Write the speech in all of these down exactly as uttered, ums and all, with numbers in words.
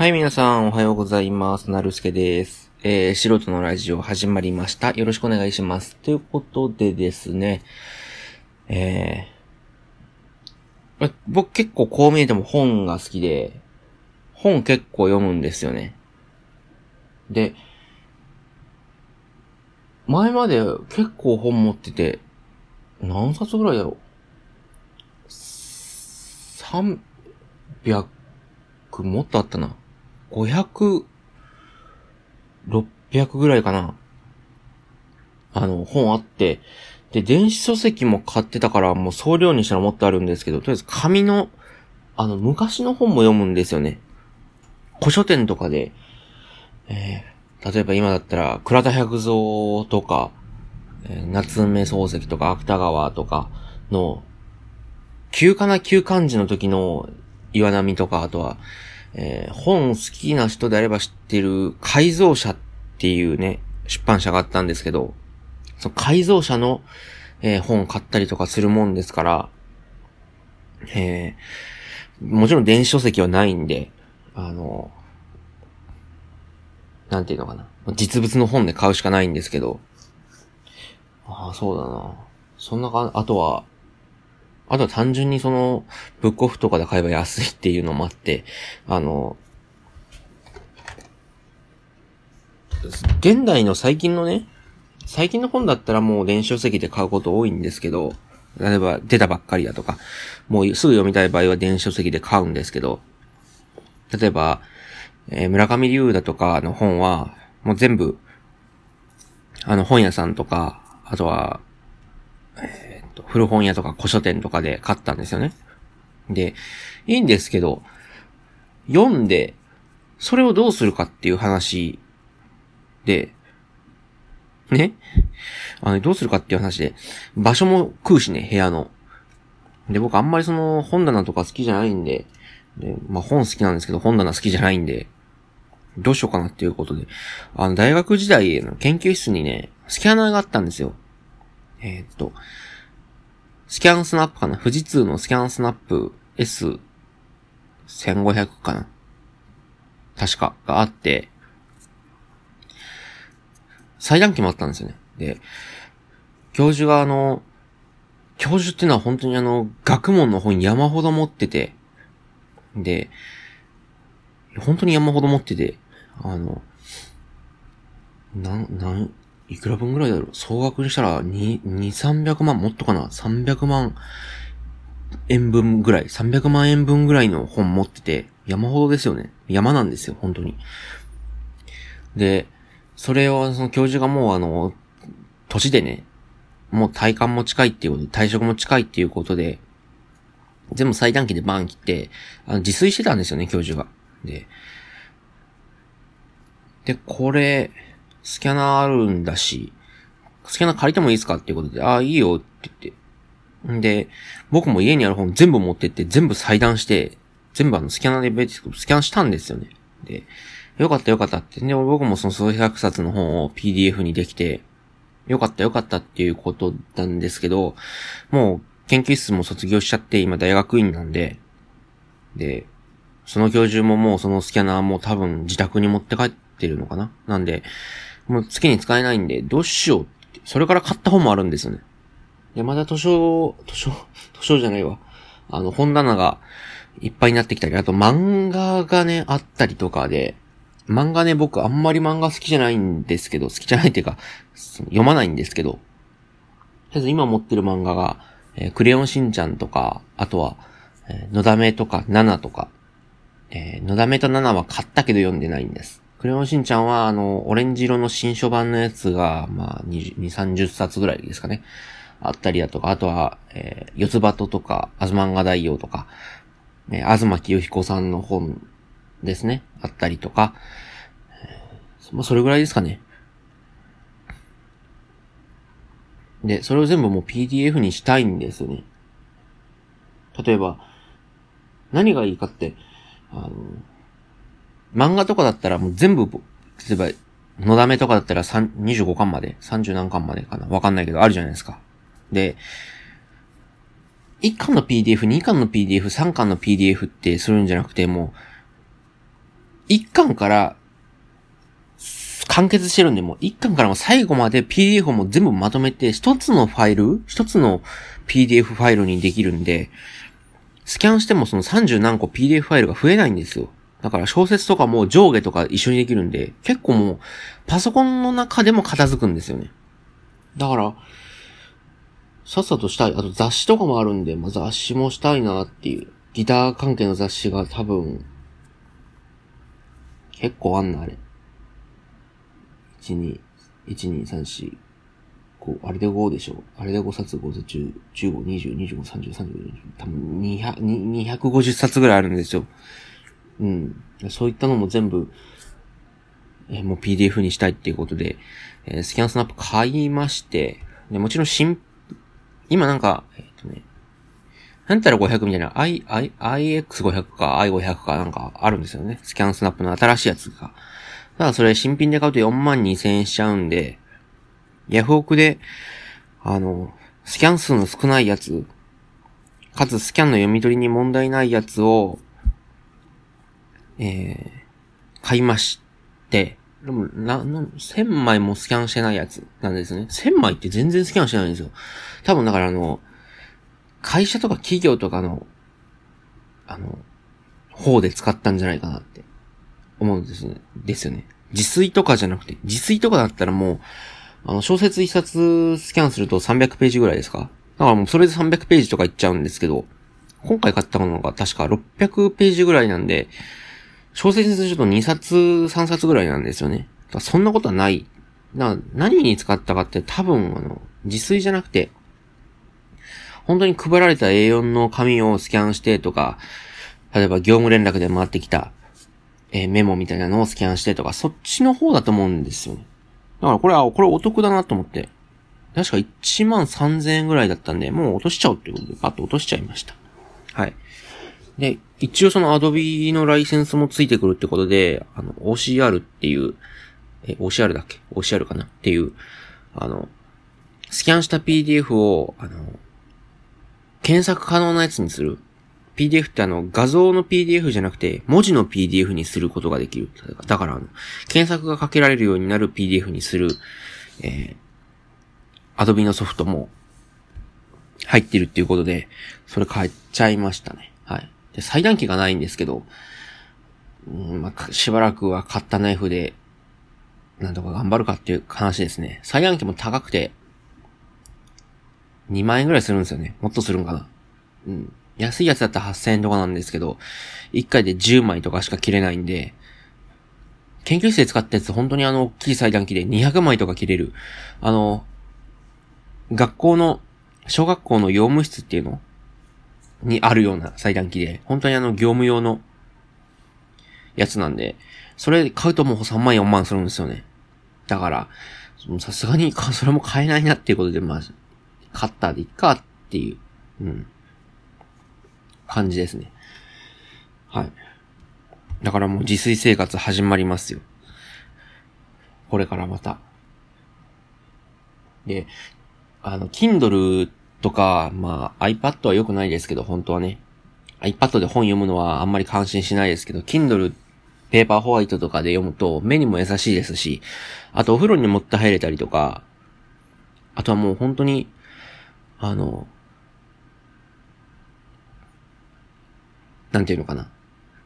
はい、皆さん、おはようございます。なるすけです。えー、素人のラジオ始まりました。よろしくお願いします。ということでですね、えー、僕結構こう見えても本が好きで、本結構読むんですよね。で、前まで結構本持ってて、何冊ぐらいだろう ?さんびゃく もっとあったな。ごひゃく、ろっぴゃくぐらいかな。あの、本あって、で、電子書籍も買ってたからもう総量にしたらもっとあるんですけど、とりあえず紙の、あの、昔の本も読むんですよね。古書店とかで、えー、例えば今だったら、倉田百蔵とか、えー、夏目漱石とか芥川とかの、旧仮名旧漢字の時の岩波とか、あとは、えー、本好きな人であれば知ってる改造者っていうね、出版社があったんですけど、その改造者の、えー、本買ったりとかするもんですから、えー、もちろん電子書籍はないんで、あの、なんていうのかな。実物の本で買うしかないんですけど、ああ、そうだな。そんなか、あとは、あとは単純にその、ブックオフとかで買えば安いっていうのもあって、あの、現代の最近のね、最近の本だったらもう電子書籍で買うこと多いんですけど、例えば出たばっかりだとか、もうすぐ読みたい場合は電子書籍で買うんですけど、例えば、えー、村上龍だとかの本は、もう全部、あの本屋さんとか、あとは、えー、っと、古本屋とか古書店とかで買ったんですよね。で、いいんですけど、読んで、それをどうするかっていう話で、ね。あの、どうするかっていう話で、場所も食うしね、部屋の。で、僕あんまりその本棚とか好きじゃないんで、で、まあ本好きなんですけど本棚好きじゃないんで、どうしようかなっていうことで、あの、大学時代の研究室にね、スキャナーがあったんですよ。えー、っと、スキャンスナップかな、富士通のスキャンスナップ エスせんごひゃく かな、確かがあって、裁断機もあったんですよね。で、教授があの、教授っていうのは本当にあの、学問の本山ほど持ってて、で、本当に山ほど持ってて、あの、なん、なん、いくら分ぐらいだろう、総額にしたら、に、に、さんびゃくまんもっとかな ?さんびゃくまん円分ぐらい、さんびゃくまん円分ぐらいの本持ってて、山ほどですよね。山なんですよ、本当に。で、それをその教授がもうあの、年でね、もう体感も近いっていうことで、退職も近いっていうことで、全部裁断機でバーン切って、あの自炊してたんですよね、教授が。で、で、これ、スキャナーあるんだし、スキャナー借りてもいいですかっていうことで、ああ、いいよって言って。んで、僕も家にある本全部持ってって、全部裁断して、全部あのスキャナーでベーススキャンしたんですよね。で、よかったよかったって。で、僕もその数百冊の本を ピーディーエフ にできて、よかったよかったっていうことなんですけど、もう研究室も卒業しちゃって今大学院なんで、で、その教授ももうそのスキャナーも多分自宅に持って帰ってるのかな、なんで、もう月に使えないんで、どうしようって。それから買った本もあるんですよね。で、まだ図書、図書、図書じゃないわ。あの、本棚がいっぱいになってきたり、あと漫画がね、あったりとかで、漫画ね、僕あんまり漫画好きじゃないんですけど、好きじゃないっていうか、読まないんですけど、とりあえず今持ってる漫画が、えー、クレヨンしんちゃんとか、あとは、えー、のだめとか、ナナとか、えー、のだめとナナは買ったけど読んでないんです。クレヨンしんちゃんは、あの、オレンジ色の新書版のやつが、まあ、にじゅう、さんじゅっさつぐらいですかね。あったりだとか、あとは、えー、四つ葉ととか、あずまんが大王とか、えー、東清彦さんの本ですね。あったりとか、えー、まあ、それぐらいですかね。で、それを全部もう ピーディーエフ にしたいんですよね。例えば、何がいいかって、あの、漫画とかだったらもう全部、例えば、のだめとかだったらにじゅうごかんまで、さんじゅう何巻までかな、わかんないけどあるじゃないですか。で、いっかんの ピーディーエフ、にかんの ピーディーエフ、さんかんの ピーディーエフ ってするんじゃなくて、も一巻から完結してるんで、もう一巻からも最後まで ピーディーエフ をもう全部まとめて、一つのファイル一つの ピーディーエフ ファイルにできるんで、スキャンしてもそのさんじゅう何個 ピーディーエフ ファイルが増えないんですよ。だから小説とかも上下とか一緒にできるんで、結構もうパソコンの中でも片付くんですよね。だから、さっさとしたい。あと雑誌とかもあるんで、まあ、雑誌もしたいなっていう。ギター関係の雑誌が多分、結構あんな、あれ。いち、に、いち、に、さん、よん、ご、あれでごでしょ。あれでごさつ、ご、じゅう、じゅうご、にじゅう、にじゅうご、さんじゅう、さんじゅう、多分にひゃく、にひゃくごじゅっさつぐらいあるんですよ。うん。そういったのも全部、えー、もう ピーディーエフ にしたいっていうことで、えー、スキャンスナップ買いまして、でもちろん新、今なんか、えっとね、なんたらごひゃくみたいな、I、I、アイエックスごひゃく か アイごひゃく かなんかあるんですよね。スキャンスナップの新しいやつが。だからそれ新品で買うとよんまんにせんえんしちゃうんで、ヤフオクで、あの、スキャン数の少ないやつ、かつスキャンの読み取りに問題ないやつを、えー、買いまして、でも、な、な、せんまいもスキャンしてないやつなんですね。せんまいって全然スキャンしてないんですよ。多分だからあの、会社とか企業とかの、あの、方で使ったんじゃないかなって思うんですね。ですよね。自炊とかじゃなくて、自炊とかだったらもう、あの、小説一冊スキャンするとさんびゃくページぐらいですか？だからもうそれでさんびゃくページとかいっちゃうんですけど、今回買ったものが確かろっぴゃくページぐらいなんで、小説にするとにさつ、さんさつぐらいなんですよね。だからそんなことはない。な、何に使ったかって多分、あの、自炊じゃなくて、本当に配られた エーよん の紙をスキャンしてとか、例えば業務連絡で回ってきた、えー、メモみたいなのをスキャンしてとか、そっちの方だと思うんですよね。だからこれは、これお得だなと思って。確かいちまんさんぜんえんぐらいだったんで、もう落としちゃおうっていうことで、パッと落としちゃいました。はい。で、一応その Adobe のライセンスもついてくるってことで、あの、オーシーアール っていう、え、オーシーアール だっけ ?オーシーアール かなっていう、あの、スキャンした ピーディーエフ を、あの、検索可能なやつにする。ピーディーエフ ってあの、画像の ピーディーエフ じゃなくて、文字の ピーディーエフ にすることができる。だからあの、検索がかけられるようになる ピーディーエフ にする、えー、Adobe のソフトも入ってるっていうことで、それ買っちゃいましたね。はい。で、裁断機がないんですけど、うん、まあ、しばらくはカッターナイフで、なんとか頑張るかっていう話ですね。裁断機も高くて、にまんえんぐらいするんですよね。もっとするんかな。うん。安いやつだったらはっせんえんとかなんですけど、いっかいでじゅうまいとかしか切れないんで、研究室で使ったやつ本当にあの大きい裁断機でにひゃくまいとか切れる。あの、学校の、小学校の用務室っていうのにあるような裁断機で、本当にあの業務用のやつなんで、それ買うともうさんまんよんまんするんですよね。だから、さすがにそれも買えないなっていうことで、まあ、カッターでいっかっていう、うん、感じですね。はい。だからもう自炊生活始まりますよ。これからまた。で、あの、Kindle とか、まあ iPad は良くないですけど、本当はね。iPad で本読むのはあんまり感心しないですけど、Kindle ペーパーホワイトとかで読むと目にも優しいですし、あとお風呂に持って入れたりとか、あとはもう本当に、あの、なんていうのかな。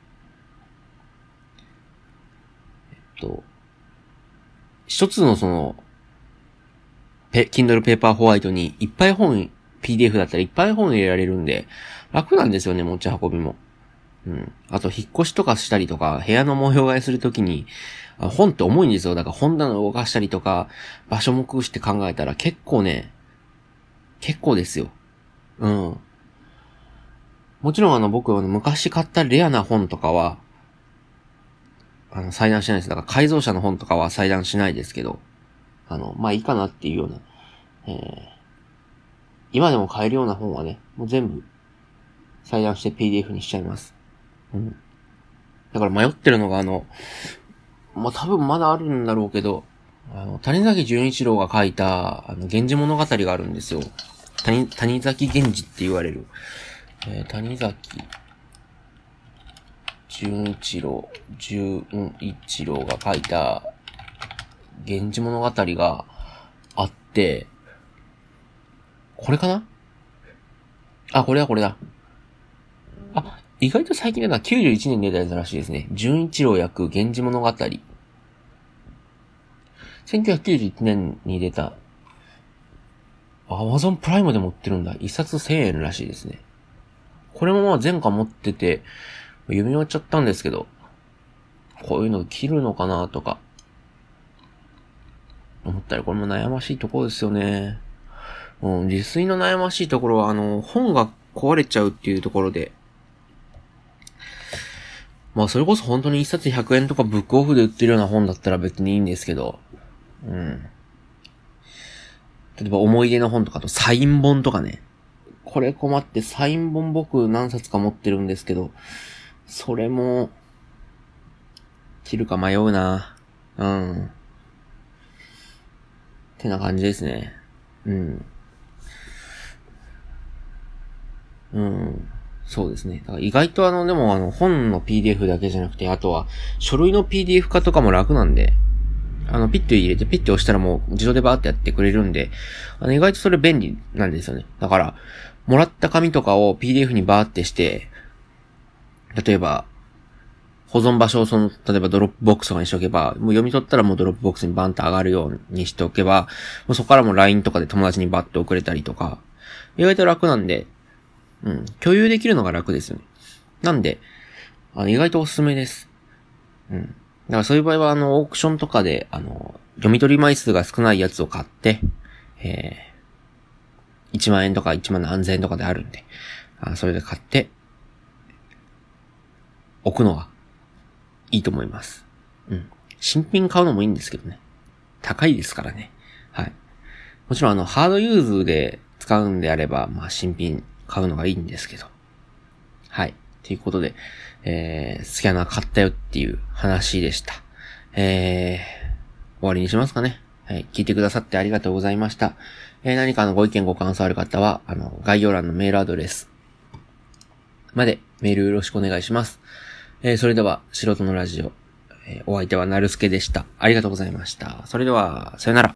えっと、一つのその、ペ、Kindle ペーパーホワイトにいっぱい本、ピーディーエフ だったらいっぱい本入れられるんで、楽なんですよね、持ち運びも。うん。あと、引っ越しとかしたりとか、部屋の模様替えするときに、本って重いんですよ。だから本棚を動かしたりとか、場所も工夫して考えたら結構ね、結構ですよ。うん。もちろんあの僕は昔買ったレアな本とかは、あの、裁断しないです。だから改造車の本とかは裁断しないですけど、あの、まあいいかなっていうような、えー、今でも買えるような本はね、もう全部裁断して ピーディーエフ にしちゃいます。うん。だから迷ってるのがあの、まあ多分まだあるんだろうけど、あの、谷崎潤一郎が書いた、あの、源氏物語があるんですよ。谷、谷崎源氏って言われる。えー、谷崎純一郎、純一郎が書いた、源氏物語があって、これかな？あ、これだ、これだ。あ、意外と最近だな、きゅうじゅういちねんに出たやつらしいですね。純一郎役、源氏物語。せんきゅうひゃくきゅうじゅういちねんに出た、アマゾンプライムで持ってるんだ。一冊せんえんらしいですね。これもまあ前回持ってて、読み終わっちゃったんですけど、こういうの切るのかなとか、思ったらこれも悩ましいところですよね。うん、自炊の悩ましいところは、あの、本が壊れちゃうっていうところで、まあそれこそ本当に一冊ひゃくえんとかブックオフで売ってるような本だったら別にいいんですけど、うん。例えば思い出の本とかとサイン本とかね。これ困ってサイン本僕何冊か持ってるんですけど、それも、切るか迷うな。うん。ってな感じですね。うん。うん。そうですね。だから意外とあの、でもあの、本の ピーディーエフ だけじゃなくて、あとは、書類の ピーディーエフ 化とかも楽なんで、あの、ピッと入れて、ピッと押したらもう自動でバーってやってくれるんで、あの、意外とそれ便利なんですよね。だから、もらった紙とかを ピーディーエフ にバーってして、例えば、保存場所をその、例えばドロップボックスとかにしておけば、もう読み取ったらもうドロップボックスにバンって上がるようにしておけば、もうそこからも ライン とかで友達にバッて送れたりとか、意外と楽なんで、うん、共有できるのが楽ですよね。なんで、あの、意外とおすすめです。うん。だからそういう場合は、あの、オークションとかで、あの、読み取り枚数が少ないやつを買って、えー、いちまんえんとかいちまん何千円とかであるんで、あそれで買って、置くのがいいと思います。うん。新品買うのもいいんですけどね。高いですからね。はい。もちろんあの、ハードユーズで使うんであれば、まあ新品買うのがいいんですけど。はい。ということで、えー、スキャナー買ったよっていう話でした。えー、終わりにしますかね。はい。聞いてくださってありがとうございました。えー、何かのご意見ご感想ある方は、あの、概要欄のメールアドレスまでメールよろしくお願いします。えー、それでは、素人のラジオ、えー、お相手はなるすけでした。ありがとうございました。それでは、さよなら。